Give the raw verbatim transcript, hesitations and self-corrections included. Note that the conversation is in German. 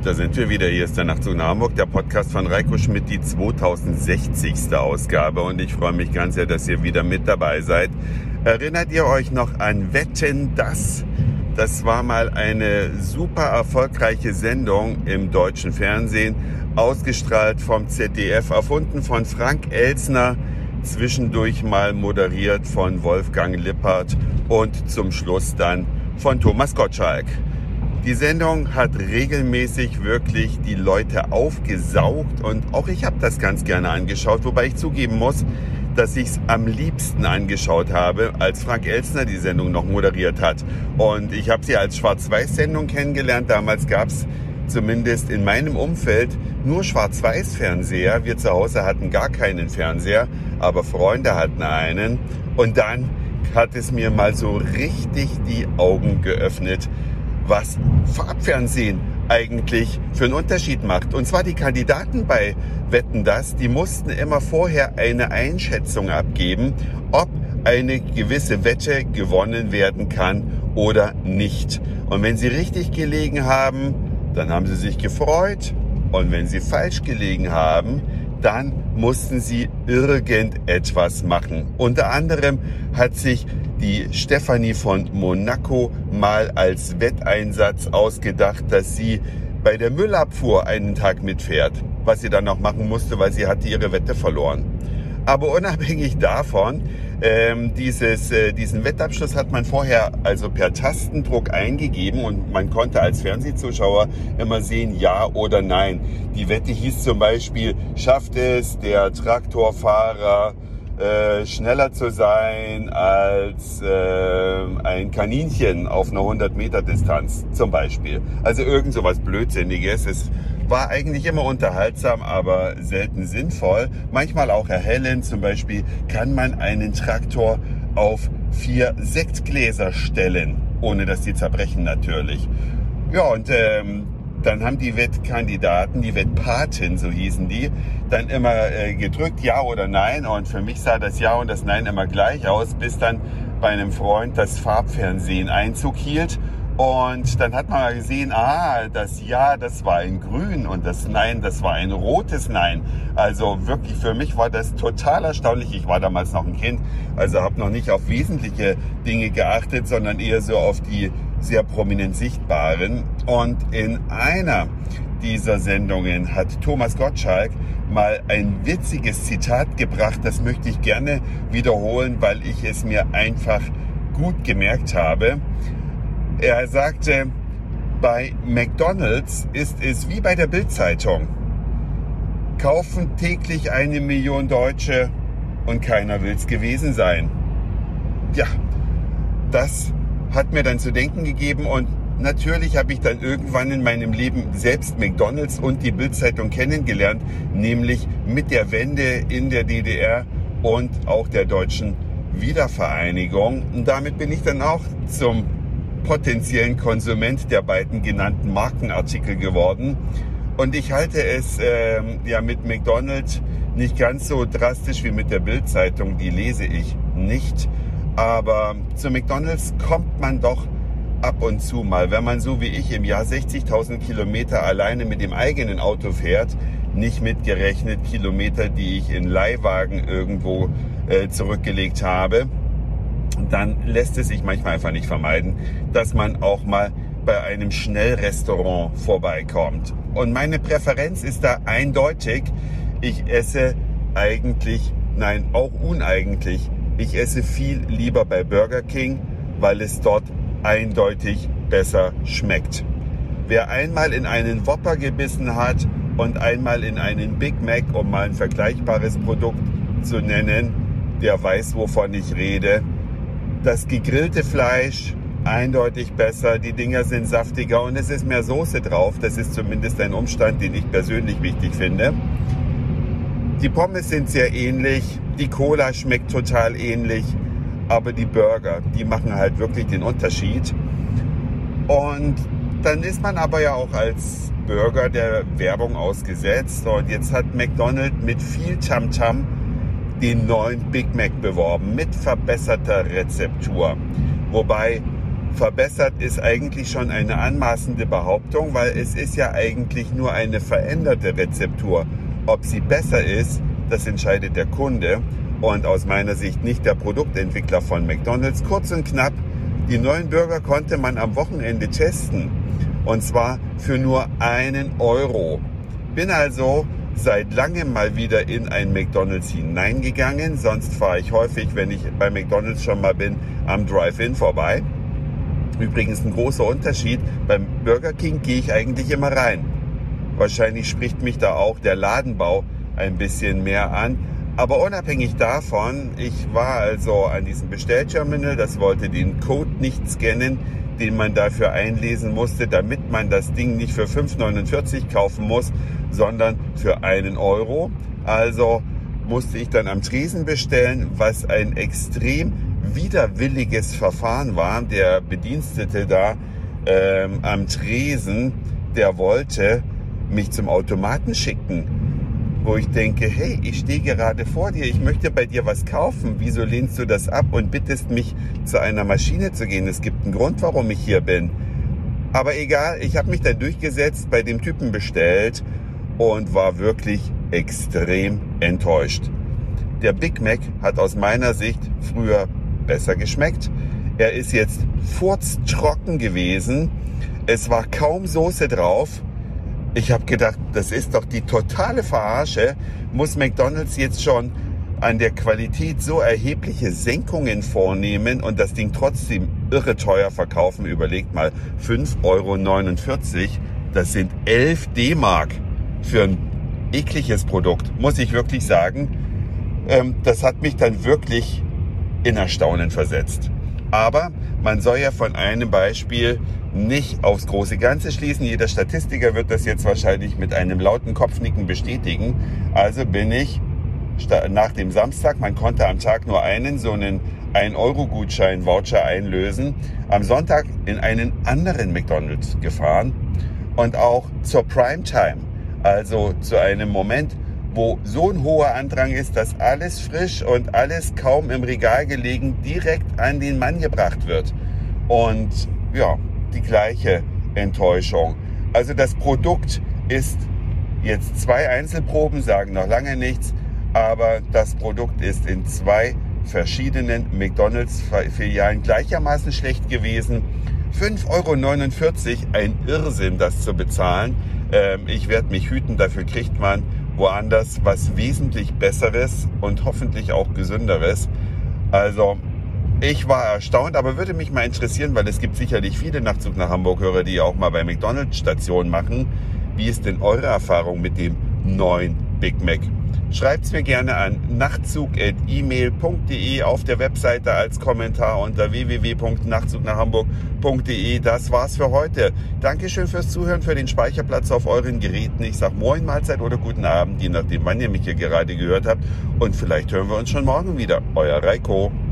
Da sind wir wieder. Hier ist der Nachtzug nach Hamburg, der Podcast von Reiko Schmidt, die zweitausendsechzigste Ausgabe. Und ich freue mich ganz sehr, dass ihr wieder mit dabei seid. Erinnert ihr euch noch an Wetten, dass? Das war mal eine super erfolgreiche Sendung im deutschen Fernsehen, ausgestrahlt vom Z D F, erfunden von Frank Elstner, zwischendurch mal moderiert von Wolfgang Lippert und zum Schluss dann von Thomas Gottschalk. Die Sendung hat regelmäßig wirklich die Leute aufgesaugt und auch ich habe das ganz gerne angeschaut, wobei ich zugeben muss, dass ich es am liebsten angeschaut habe, als Frank Elstner die Sendung noch moderiert hat. Und ich habe sie als Schwarz-Weiß-Sendung kennengelernt. Damals gab es zumindest in meinem Umfeld nur Schwarz-Weiß-Fernseher. Wir zu Hause hatten gar keinen Fernseher, aber Freunde hatten einen. Und dann hat es mir mal so richtig die Augen geöffnet, was Farbfernsehen eigentlich für einen Unterschied macht. Und zwar die Kandidaten bei Wetten, dass, die mussten immer vorher eine Einschätzung abgeben, ob eine gewisse Wette gewonnen werden kann oder nicht. Und wenn sie richtig gelegen haben, dann haben sie sich gefreut. Und wenn sie falsch gelegen haben, dann mussten sie irgendetwas machen. Unter anderem hat sich die Stefanie von Monaco mal als Wetteinsatz ausgedacht, dass sie bei der Müllabfuhr einen Tag mitfährt, was sie dann noch machen musste, weil sie hatte ihre Wette verloren. Aber unabhängig davon, ähm, dieses, äh, diesen Wettabschluss hat man vorher also per Tastendruck eingegeben und man konnte als Fernsehzuschauer immer sehen, ja oder nein. Die Wette hieß zum Beispiel, schafft es der Traktorfahrer äh, schneller zu sein als äh, ein Kaninchen auf einer hundert Meter Distanz zum Beispiel. Also irgend sowas Blödsinniges. Es war eigentlich immer unterhaltsam, aber selten sinnvoll. Manchmal auch erhellend. Zum Beispiel kann man einen Traktor auf vier Sektgläser stellen, ohne dass die zerbrechen natürlich. Ja, und ähm, dann haben die Wettkandidaten, die Wettpaten, so hießen die, dann immer äh, gedrückt, ja oder nein. Und für mich sah das Ja und das Nein immer gleich aus, bis dann bei einem Freund das Farbfernsehen Einzug hielt. Und dann hat man mal gesehen, ah, das Ja, das war ein Grün und das Nein, das war ein rotes Nein. Also wirklich, für mich war das total erstaunlich. Ich war damals noch ein Kind, also habe noch nicht auf wesentliche Dinge geachtet, sondern eher so auf die sehr prominent sichtbaren. Und in einer dieser Sendungen hat Thomas Gottschalk mal ein witziges Zitat gebracht. Das möchte ich gerne wiederholen, weil ich es mir einfach gut gemerkt habe. Er sagte, bei McDonald's ist es wie bei der Bild-Zeitung. Kaufen täglich eine Million Deutsche und keiner will's gewesen sein. Ja, das hat mir dann zu denken gegeben und natürlich habe ich dann irgendwann in meinem Leben selbst McDonald's und die Bild-Zeitung kennengelernt, nämlich mit der Wende in der D D R und auch der deutschen Wiedervereinigung. Und damit bin ich dann auch zum potenziellen Konsument der beiden genannten Markenartikel geworden. Und ich halte es äh, ja mit McDonald's nicht ganz so drastisch wie mit der Bild-Zeitung, die lese ich nicht. Aber zu McDonald's kommt man doch ab und zu mal, wenn man so wie ich im Jahr sechzigtausend Kilometer alleine mit dem eigenen Auto fährt, nicht mitgerechnet Kilometer, die ich in Leihwagen irgendwo äh, zurückgelegt habe. Dann lässt es sich manchmal einfach nicht vermeiden, dass man auch mal bei einem Schnellrestaurant vorbeikommt. Und meine Präferenz ist da eindeutig. Ich esse eigentlich, nein, auch uneigentlich, ich esse viel lieber bei Burger King, weil es dort eindeutig besser schmeckt. Wer einmal in einen Whopper gebissen hat und einmal in einen Big Mac, um mal ein vergleichbares Produkt zu nennen, der weiß, wovon ich rede. Das gegrillte Fleisch, eindeutig besser, die Dinger sind saftiger und es ist mehr Soße drauf. Das ist zumindest ein Umstand, den ich persönlich wichtig finde. Die Pommes sind sehr ähnlich, die Cola schmeckt total ähnlich, aber die Burger, die machen halt wirklich den Unterschied. Und dann ist man aber ja auch als Bürger der Werbung ausgesetzt. Und jetzt hat McDonald's mit viel Tamtam den neuen Big Mac beworben, mit verbesserter Rezeptur. Wobei verbessert ist eigentlich schon eine anmaßende Behauptung, weil es ist ja eigentlich nur eine veränderte Rezeptur. Ob sie besser ist, das entscheidet der Kunde und aus meiner Sicht nicht der Produktentwickler von McDonald's. Kurz und knapp, die neuen Burger konnte man am Wochenende testen und zwar für nur einen Euro. Bin also seit langem mal wieder in ein McDonald's hineingegangen. Sonst fahre ich häufig, wenn ich bei McDonald's schon mal bin, am Drive-In vorbei. Übrigens ein großer Unterschied. Beim Burger King gehe ich eigentlich immer rein. Wahrscheinlich spricht mich da auch der Ladenbau ein bisschen mehr an. Aber unabhängig davon, ich war also an diesem Bestellterminal, das wollte den Code nicht scannen, den man dafür einlesen musste, damit man das Ding nicht für fünf neunundvierzig kaufen muss, sondern für einen Euro. Also musste ich dann am Tresen bestellen, was ein extrem widerwilliges Verfahren war. Der Bedienstete da ähm, am Tresen, der wollte mich zum Automaten schicken, wo ich denke, hey, ich stehe gerade vor dir, ich möchte bei dir was kaufen. Wieso lehnst du das ab und bittest mich, zu einer Maschine zu gehen? Es gibt einen Grund, warum ich hier bin. Aber egal, ich habe mich dann durchgesetzt, bei dem Typen bestellt und war wirklich extrem enttäuscht. Der Big Mac hat aus meiner Sicht früher besser geschmeckt. Er ist jetzt furztrocken gewesen. Es war kaum Soße drauf. Ich habe gedacht, das ist doch die totale Verarsche. Muss McDonald's jetzt schon an der Qualität so erhebliche Senkungen vornehmen und das Ding trotzdem irre teuer verkaufen? Überlegt mal, fünf Euro neunundvierzig, das sind elf D-Mark für ein ekliges Produkt, muss ich wirklich sagen. Ähm, das hat mich dann wirklich in Erstaunen versetzt. Aber man soll ja von einem Beispiel nicht aufs große Ganze schließen. Jeder Statistiker wird das jetzt wahrscheinlich mit einem lauten Kopfnicken bestätigen. Also bin ich nach dem Samstag, man konnte am Tag nur einen so einen ein Euro Gutschein Voucher einlösen, am Sonntag in einen anderen McDonald's gefahren und auch zur Primetime, also zu einem Moment, wo so ein hoher Andrang ist, dass alles frisch und alles kaum im Regal gelegen direkt an den Mann gebracht wird. Und ja, die gleiche Enttäuschung. Also das Produkt ist jetzt zwei Einzelproben, sagen noch lange nichts, aber das Produkt ist in zwei verschiedenen McDonald's-Filialen gleichermaßen schlecht gewesen. fünf Euro neunundvierzig, ein Irrsinn, das zu bezahlen. Ähm, ich werde mich hüten, dafür kriegt man woanders was wesentlich Besseres und hoffentlich auch Gesünderes. Also ich war erstaunt, aber würde mich mal interessieren, weil es gibt sicherlich viele Nachtzug nach Hamburg-Hörer, die auch mal bei McDonald's Station machen. Wie ist denn eure Erfahrung mit dem neuen Big Mac? Schreibt es mir gerne an nachtzug at e mail punkt de auf der Webseite als Kommentar unter w w w punkt nachtzug nach hamburg punkt de. Das war's für heute. Dankeschön fürs Zuhören, für den Speicherplatz auf euren Geräten. Ich sag Moin, Mahlzeit oder guten Abend, je nachdem, wann ihr mich hier gerade gehört habt. Und vielleicht hören wir uns schon morgen wieder. Euer Reiko.